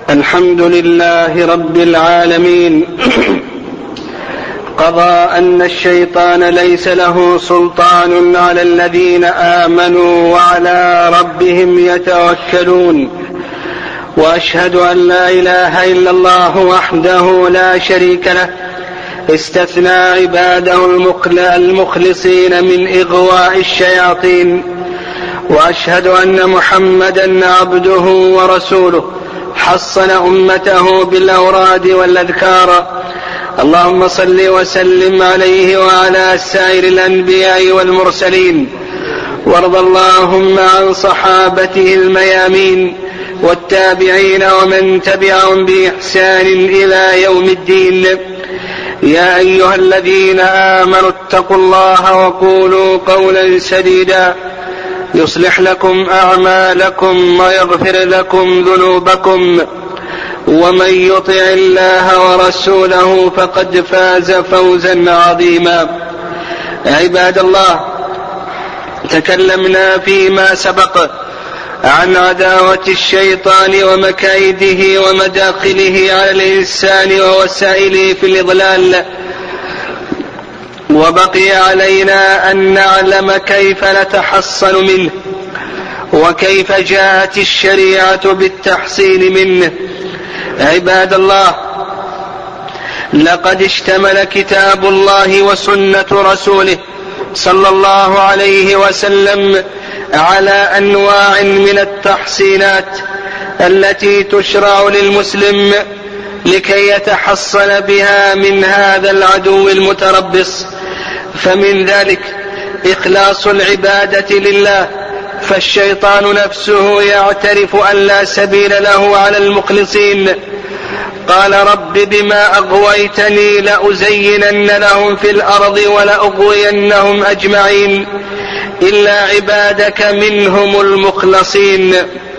الحمد لله رب العالمين. قضى أن الشيطان ليس له سلطان على الذين آمنوا وعلى ربهم يتوكلون، وأشهد أن لا إله إلا الله وحده لا شريك له استثنى عباده المخلصين من إغواء الشياطين، وأشهد أن محمدا عبده ورسوله حصن أمته بالأوراد والأذكار. اللهم صل وسلم عليه وعلى سائر الأنبياء والمرسلين، وارض اللهم عن صحابته الميامين والتابعين ومن تبعهم بإحسان إلى يوم الدين. يا أيها الذين آمنوا اتقوا الله وقولوا قولا سديدا يصلح لكم أعمالكم ويغفر لكم ذنوبكم، ومن يطع الله ورسوله فقد فاز فوزا عظيما. عباد الله، تكلمنا فيما سبق عن عداوة الشيطان ومكائده ومداخله على الإنسان ووسائله في الإضلال، وبقي علينا أن نعلم كيف نتحصن منه وكيف جاءت الشريعة بالتحصين منه. عباد الله، لقد اشتمل كتاب الله وسنة رسوله صلى الله عليه وسلم على أنواع من التحصينات التي تشرع للمسلم لكي يتحصن بها من هذا العدو المتربص. فمن ذلك إخلاص العبادة لله، فالشيطان نفسه يعترف أن لا سبيل له على المخلصين. قال رب بما أغويتني لأزينن لهم في الأرض ولأغوينهم أجمعين إلا عبادك منهم المخلصين.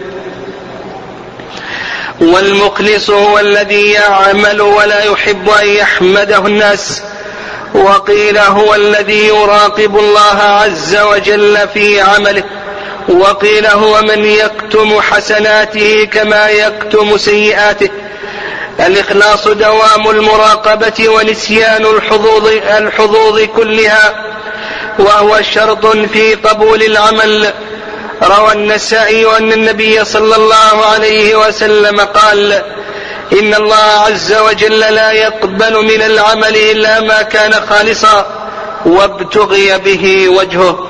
والمخلص هو الذي يعمل ولا يحب أن يحمده الناس، وقيل هو الذي يراقب الله عز وجل في عمله، وقيل هو من يكتم حسناته كما يكتم سيئاته. الإخلاص دوام المراقبة ونسيان الحظوظ كلها، وهو شرط في قبول العمل. روى النسائي أن النبي صلى الله عليه وسلم قال: إن الله عز وجل لا يقبل من العمل إلا ما كان خالصا وابتغي به وجهه.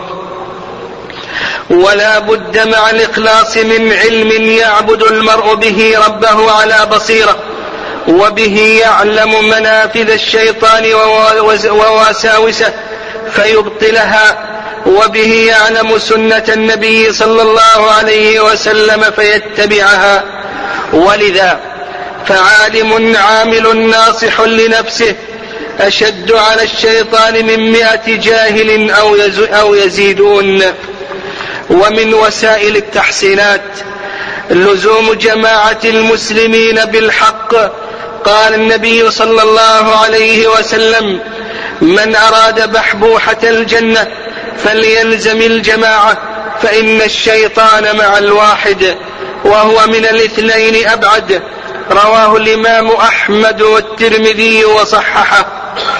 ولا بد مع الإخلاص من علم يعبد المرء به ربه على بصيرة، وبه يعلم منافذ الشيطان ووساوسه فيبطلها، وبه يعلم سنة النبي صلى الله عليه وسلم فيتبعها. ولذا فعالم عامل ناصح لنفسه أشد على الشيطان من 100 جاهل أو يزيدون. ومن وسائل التحسينات لزوم جماعة المسلمين بالحق. قال النبي صلى الله عليه وسلم: من أراد بحبوحة الجنة فليلزم الجماعة، فإن الشيطان مع الواحد وهو من الاثنين أبعد. رواه الإمام أحمد والترمذي وصححه.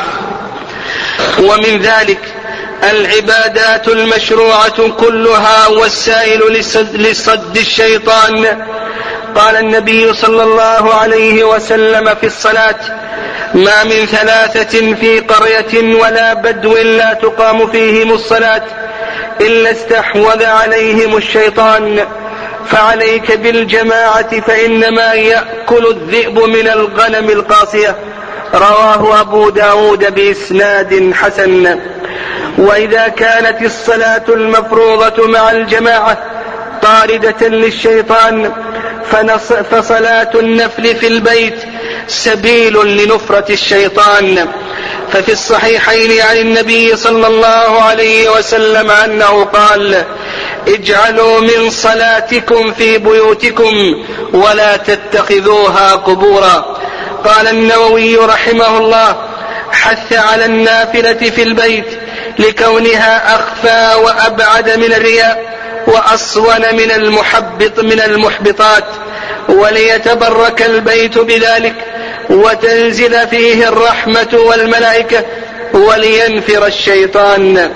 ومن ذلك العبادات المشروعة كلها والسائل لصد الشيطان. قال النبي صلى الله عليه وسلم في الصلاة: ما من 3 في قرية ولا بدو لا تقام فيهم الصلاة إلا استحوذ عليهم الشيطان، فعليك بالجماعة فإنما يأكل الذئب من الغنم القاصية. رواه أبو داود بإسناد حسن. وإذا كانت الصلاة المفروضة مع الجماعة طاردة للشيطان، فصلاة النفل في البيت سبيل لنفرة الشيطان. ففي الصحيحين عن النبي صلى الله عليه وسلم أنه قال: اجعلوا من صلاتكم في بيوتكم ولا تتخذوها قبورا. قال النووي رحمه الله: حث على النافلة في البيت لكونها أخفى وأبعد من الرياء وأصون من المحبطات. وليتبرك البيت بذلك وتنزل فيه الرحمة والملائكة ولينفر الشيطان.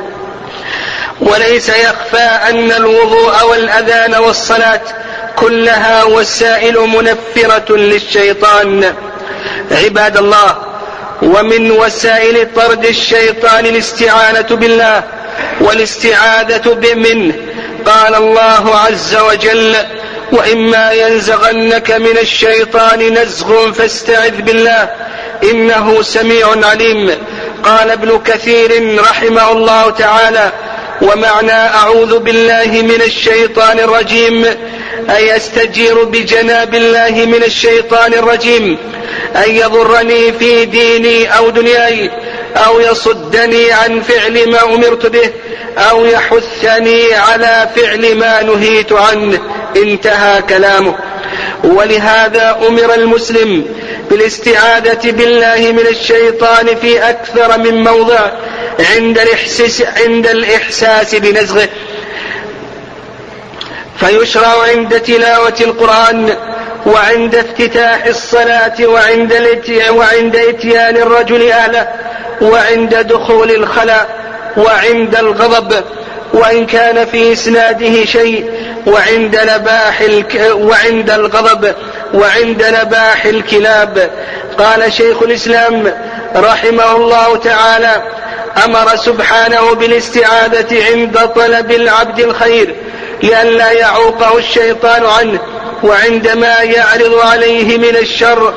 وليس يخفى أن الوضوء والأذان والصلاة كلها وسائل منفرة للشيطان. عباد الله، ومن وسائل طرد الشيطان الاستعانة بالله والاستعاذة منه. قال الله عز وجل: وإما ينزغنك من الشيطان نزغ فاستعذ بالله إنه سميع عليم. قال ابن كثير رحمه الله تعالى: ومعنى أعوذ بالله من الشيطان الرجيم أي أستجير بجناب الله من الشيطان الرجيم، أن يضرني في ديني أو دنياي، أو يصدني عن فعل ما أمرت به، أو يحثني على فعل ما نهيت عنه. انتهى كلامه. ولهذا أمر المسلم بالاستعاذة بالله من الشيطان في أكثر من موضع عند الإحساس بنزغه، فيشرع عند تلاوة القرآن، وعند افتتاح الصلاة، وعند إتيان الرجل أهله، وعند دخول الخلاء، وعند الغضب وإن كان في إسناده شيء، وعند الغضب، وعند نباح الكلاب. قال شيخ الإسلام رحمه الله تعالى: أمر سبحانه بالاستعاذة عند طلب العبد الخير لئلا يعوقه الشيطان عنه، وعندما يعرض عليه من الشر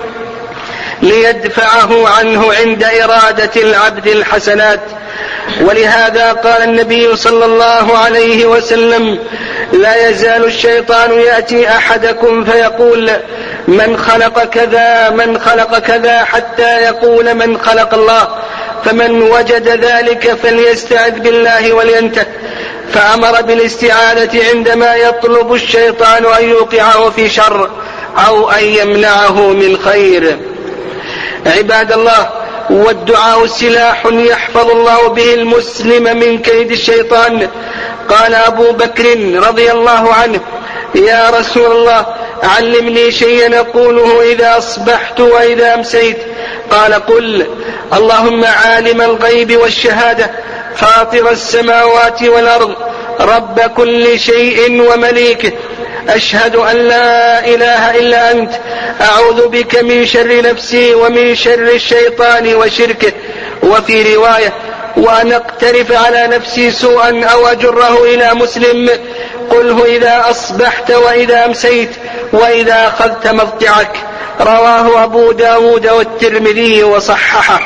ليدفعه عنه عند إرادة العبد الحسنات. ولهذا قال النبي صلى الله عليه وسلم: لا يزال الشيطان يأتي أحدكم فيقول: من خلق كذا من خلق كذا، حتى يقول: من خلق الله. فمن وجد ذلك فليستعذ بالله ولينته. فأمر بالاستعاذة عندما يطلب الشيطان أن يوقعه في شر أو أن يمنعه من خير. عباد الله، والدعاء سلاح يحفظ الله به المسلم من كيد الشيطان. قال أبو بكر رضي الله عنه: يا رسول الله، علمني شيئا أقوله إذا أصبحت وإذا أمسيت. قال: قل: اللهم عالم الغيب والشهادة، فاطر السماوات والأرض، رب كل شيء ومليكه، أشهد أن لا إله إلا أنت، أعوذ بك من شر نفسي ومن شر الشيطان وشركه. وفي رواية: وأن أقترف على نفسي سوءا أو أجره إلى مسلم، قله إذا أصبحت وإذا أمسيت وإذا أخذت مضجعك. رواه أبو داود والترمذي وصححه.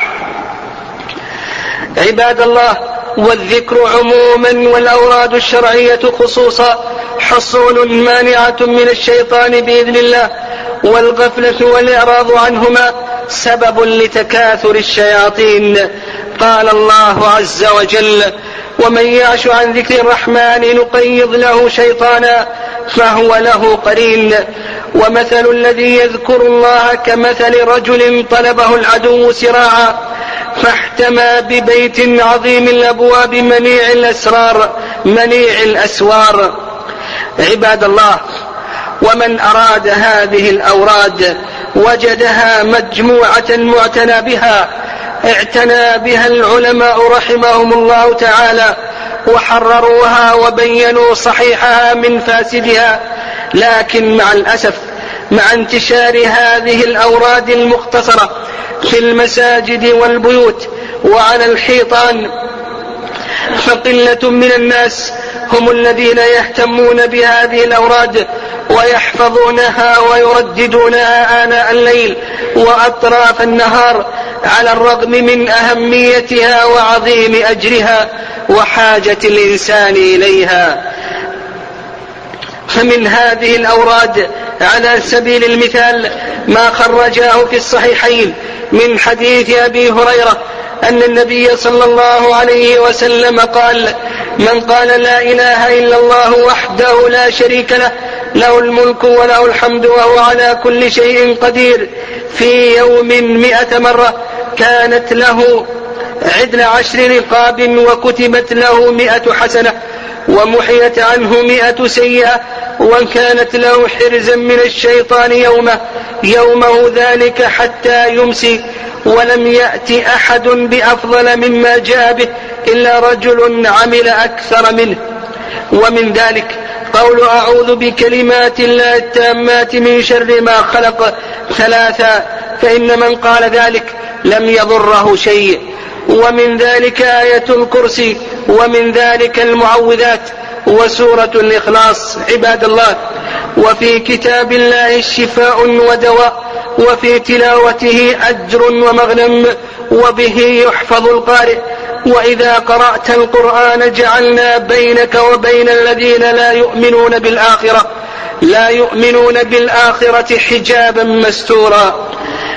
عباد الله، والذكر عموما والأوراد الشرعية خصوصا حصول مانعة من الشيطان بإذن الله، والغفلة والإعراض عنهما سبب لتكاثر الشياطين. قال الله عز وجل: ومن يعش عن ذكر الرحمن نقيض له شيطانا فهو له قرين. ومثل الذي يذكر الله كمثل رجل طلبه العدو سراعا فاحتمى ببيت عظيم الأبواب منيع الأسوار. عباد الله، ومن أراد هذه الأوراد وجدها مجموعة معتنى بها، اعتنى بها العلماء رحمهم الله تعالى وحرروها وبينوا صحيحها من فاسدها. لكن مع الأسف، مع انتشار هذه الأوراد المختصرة في المساجد والبيوت وعلى الحيطان، فقلة من الناس هم الذين يهتمون بهذه الأوراد ويحفظونها ويرددونها آناء الليل وأطراف النهار، على الرغم من أهميتها وعظيم أجرها وحاجة الإنسان إليها. فمن هذه الأوراد على سبيل المثال ما خرجاه في الصحيحين من حديث أبي هريرة أن النبي صلى الله عليه وسلم قال: من قال لا إله إلا الله وحده لا شريك له، له الملك وله الحمد وهو على كل شيء قدير، في يوم 100 مرة، كانت له عدل 10 رقاب وكتبت له 100 حسنة. ومحيت عنه 100 سيئة، وإن كانت له حرزا من الشيطان يومه ذلك حتى يمسي. ولم يأت أحد بأفضل مما جاء به إلا رجل عمل أكثر منه. ومن ذلك قول أعوذ بكلمات الله التامات من شر ما خلق 3، فإن من قال ذلك لم يضره شيء. ومن ذلك آية الكرسي، ومن ذلك المعوذات وسورة الإخلاص. عباد الله، وفي كتاب الله شفاء ودواء، وفي تلاوته أجر ومغنم، وبه يحفظ القارئ. وإذا قرأت القرآن جعلنا بينك وبين الذين لا يؤمنون بالآخرة حجابا مستورا.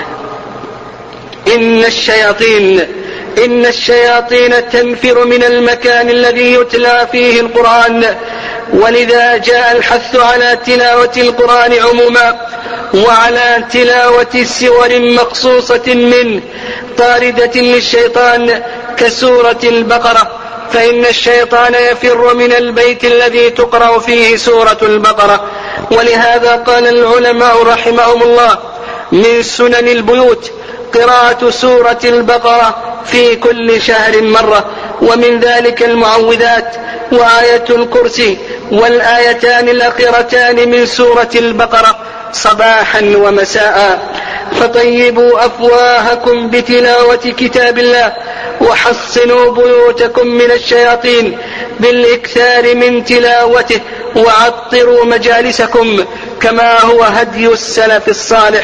إن الشياطين تنفر من المكان الذي يتلى فيه القرآن، ولذا جاء الحث على تلاوة القرآن عموما، وعلى تلاوة سور مخصوصة منه طاردة للشيطان كسورة البقرة، فإن الشيطان يفر من البيت الذي تقرأ فيه سورة البقرة. ولهذا قال العلماء رحمهم الله من سنن البيوت قراءة سورة البقرة في كل شهر مرة، ومن ذلك المعوذات وآية الكرسي والآيتان الأخيرتان من سورة البقرة صباحا ومساء. فطيبوا أفواهكم بتلاوة كتاب الله، وحصنوا بيوتكم من الشياطين بالإكثار من تلاوته، وعطروا مجالسكم كما هو هدي السلف الصالح.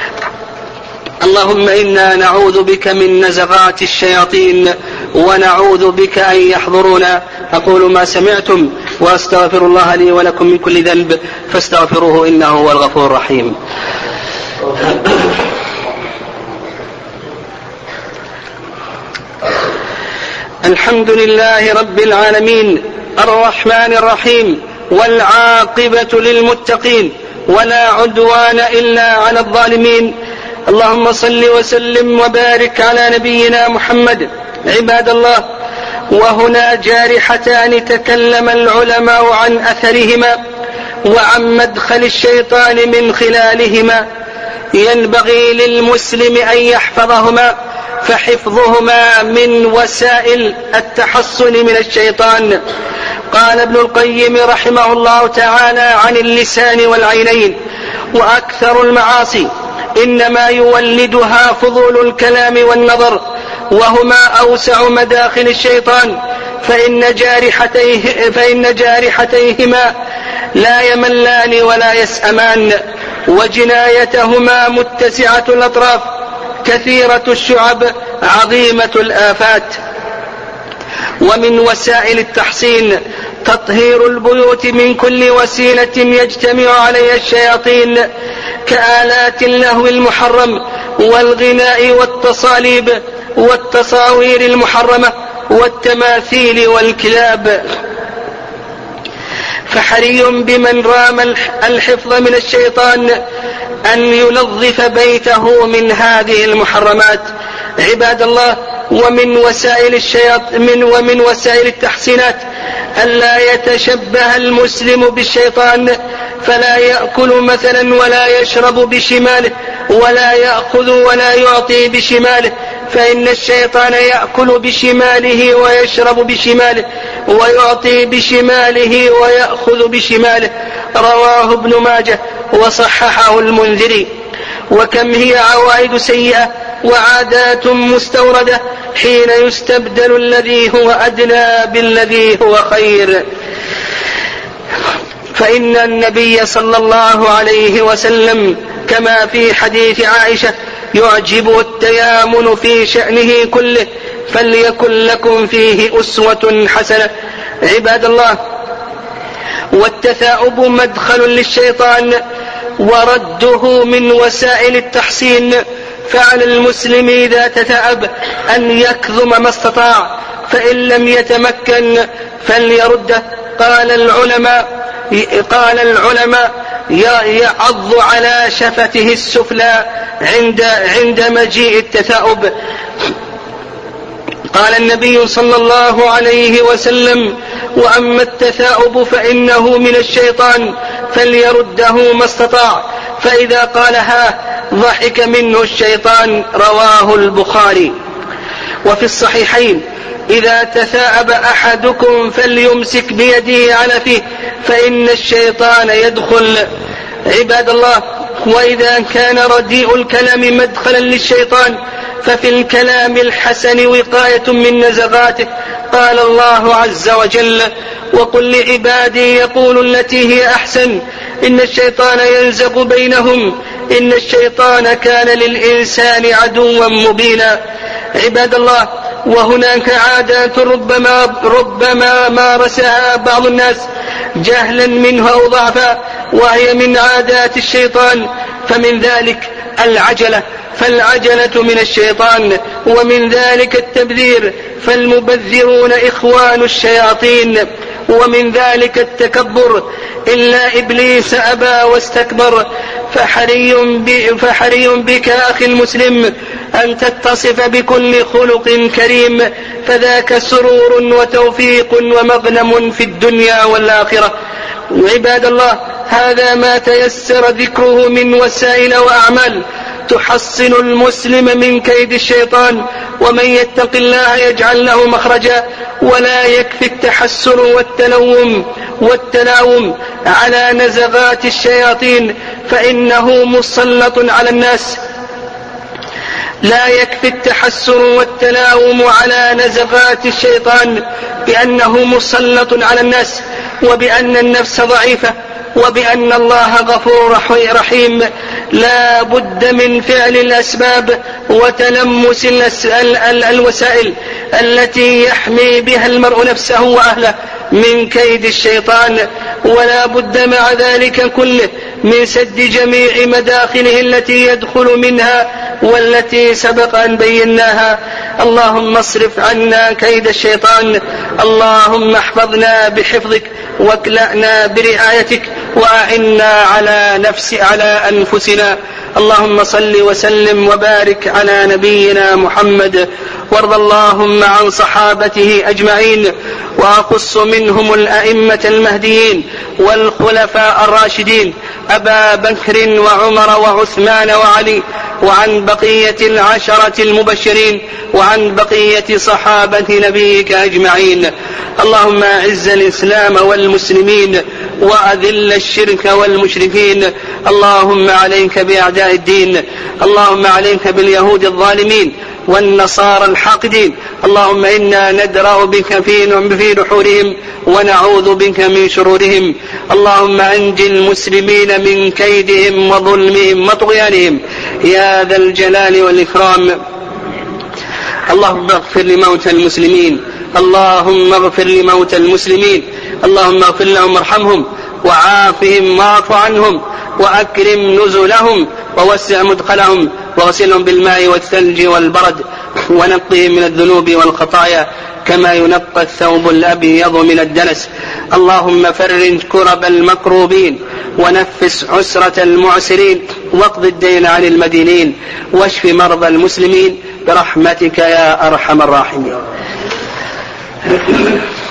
اللهم إنا نعوذ بك من نزغات الشياطين، ونعوذ بك أن يحضرونا. أقول ما سمعتم، وأستغفر الله لي ولكم من كل ذنب، فاستغفروه إنه هو الغفور الرحيم. الحمد لله رب العالمين، الرحمن الرحيم، والعاقبة للمتقين، ولا عدوان إلا على الظالمين. اللهم صل وسلم وبارك على نبينا محمد. عباد الله، وهنا جارحتان تكلم العلماء عن أثرهما وعن مدخل الشيطان من خلالهما، ينبغي للمسلم أن يحفظهما، فحفظهما من وسائل التحصن من الشيطان. قال ابن القيم رحمه الله تعالى عن اللسان والعينين: وأكثر المعاصي إنما يولدها فضول الكلام والنظر، وهما أوسع مداخل الشيطان، فإن جارحتيهما لا يملان ولا يسأمان، وجنايتهما متسعة الأطراف كثيرة الشعب عظيمة الآفات. ومن وسائل التحصين تطهير البيوت من كل وسيلة يجتمع عليها الشياطين، كآلات اللهو المحرم، والغناء والتصاليب والتصاوير المحرمة، والتماثيل والكلاب. فحري بمن رام الحفظ من الشيطان أن ينظف بيته من هذه المحرمات. عباد الله، ومن وسائل التحسينات ألا يتشبه المسلم بالشيطان، فلا يأكل مثلا ولا يشرب بشماله، ولا يأخذ ولا يعطي بشماله، فإن الشيطان يأكل بشماله ويشرب بشماله، ويعطي بشماله ويأخذ بشماله. رواه ابن ماجه وصححه المنذري. وكم هي عوائد سيئة وعادات مستوردة حين يستبدل الذي هو أدنى بالذي هو خير. فإن النبي صلى الله عليه وسلم كما في حديث عائشة: يعجب التيامن في شأنه كله، فليكن لكم فيه أسوة حسنة. عباد الله، والتثاؤب مدخل للشيطان ورده من وسائل التحسين، فعلى المسلم إذا تثاءب أن يكظم ما استطاع، فإن لم يتمكن فليرده. قال العلماء يعض على شفته السفلى عند مجيء التثاؤب. قال النبي صلى الله عليه وسلم: وأما التثاؤب فإنه من الشيطان فليرده ما استطاع، فإذا قالها ضحك منه الشيطان. رواه البخاري. وفي الصحيحين: إذا تثاءب أحدكم فليمسك بيده على فيه فإن الشيطان يدخل. عباد الله، وإذا كان رديء الكلام مدخلا للشيطان ففي الكلام الحسن وقاية من نزغاته. قال الله عز وجل: وقل لعبادي يقولوا التي هي أحسن إن الشيطان ينزغ بينهم إن الشيطان كان للإنسان عدوا مبينا. عباد الله، وهناك عادات ربما مارسها بعض الناس جهلا منها أو ضعفا، وهي من عادات الشيطان، فمن ذلك العجلة، فالعجلة من الشيطان، ومن ذلك التبذير، فالمبذرون إخوان الشياطين، ومن ذلك التكبر، إلا إبليس أبى واستكبر. فحري بك أخي المسلم أن تتصف بكل خلق كريم، فذاك سرور وتوفيق ومغنم في الدنيا والآخرة. عباد الله، هذا ما تيسر ذكره من وسائل وأعمال تحصن المسلم من كيد الشيطان، ومن يتق الله يجعل له مخرجا. ولا يكفي التحسر والتلاوم على نزغات الشياطين فإنه مسلط على الناس. لا يكفي التحسر والتلاوم على نزغات الشيطان بأنه مسلط على الناس، وبأن النفس ضعيفة، وبأن الله غفور رحيم. لا بد من فعل الأسباب وتلمس الوسائل التي يحمي بها المرء نفسه وأهله من كيد الشيطان، ولا بد مع ذلك كله من سد جميع مداخله التي يدخل منها والتي سبق أن بيناها. اللهم اصرف عنا كيد الشيطان، اللهم احفظنا بحفظك واكلأنا برعايتك، وأعنا على أنفسنا. اللهم صل وسلم وبارك على نبينا محمد، وارض اللهم عن صحابته أجمعين، وأخص منهم الأئمة المهديين والخلفاء الراشدين أبا بكر وعمر وعثمان وعلي، وعن بقية العشرة المبشرين، وعن بقية صحابة نبيك أجمعين. اللهم أعز الإسلام والمسلمين وأذل الشرك والمشركين. اللهم عليك بأعداء الدين، اللهم عليك باليهود الظالمين والنصارى الحاقدين. اللهم إنا ندرأ بك في نحورهم ونعوذ بك من شرورهم. اللهم أنج المسلمين من كيدهم وظلمهم وطغيانهم يا ذا الجلال والإكرام. اللهم اغفر لموتى المسلمين، اللهم اغفر لموتى المسلمين، اللهم اغفر لهم وارحمهم وعافهم واعف عنهم وأكرم نزلهم ووسع مدخلهم واغسلهم بالماء والثلج والبرد ونقهم من الذنوب والخطايا كما ينقى الثوب الأبيض من الدنس. اللهم فرج كرب المكروبين ونفس عسرة المعسرين واقض الدين عن المدينين واشف مرضى المسلمين برحمتك يا أرحم الراحمين.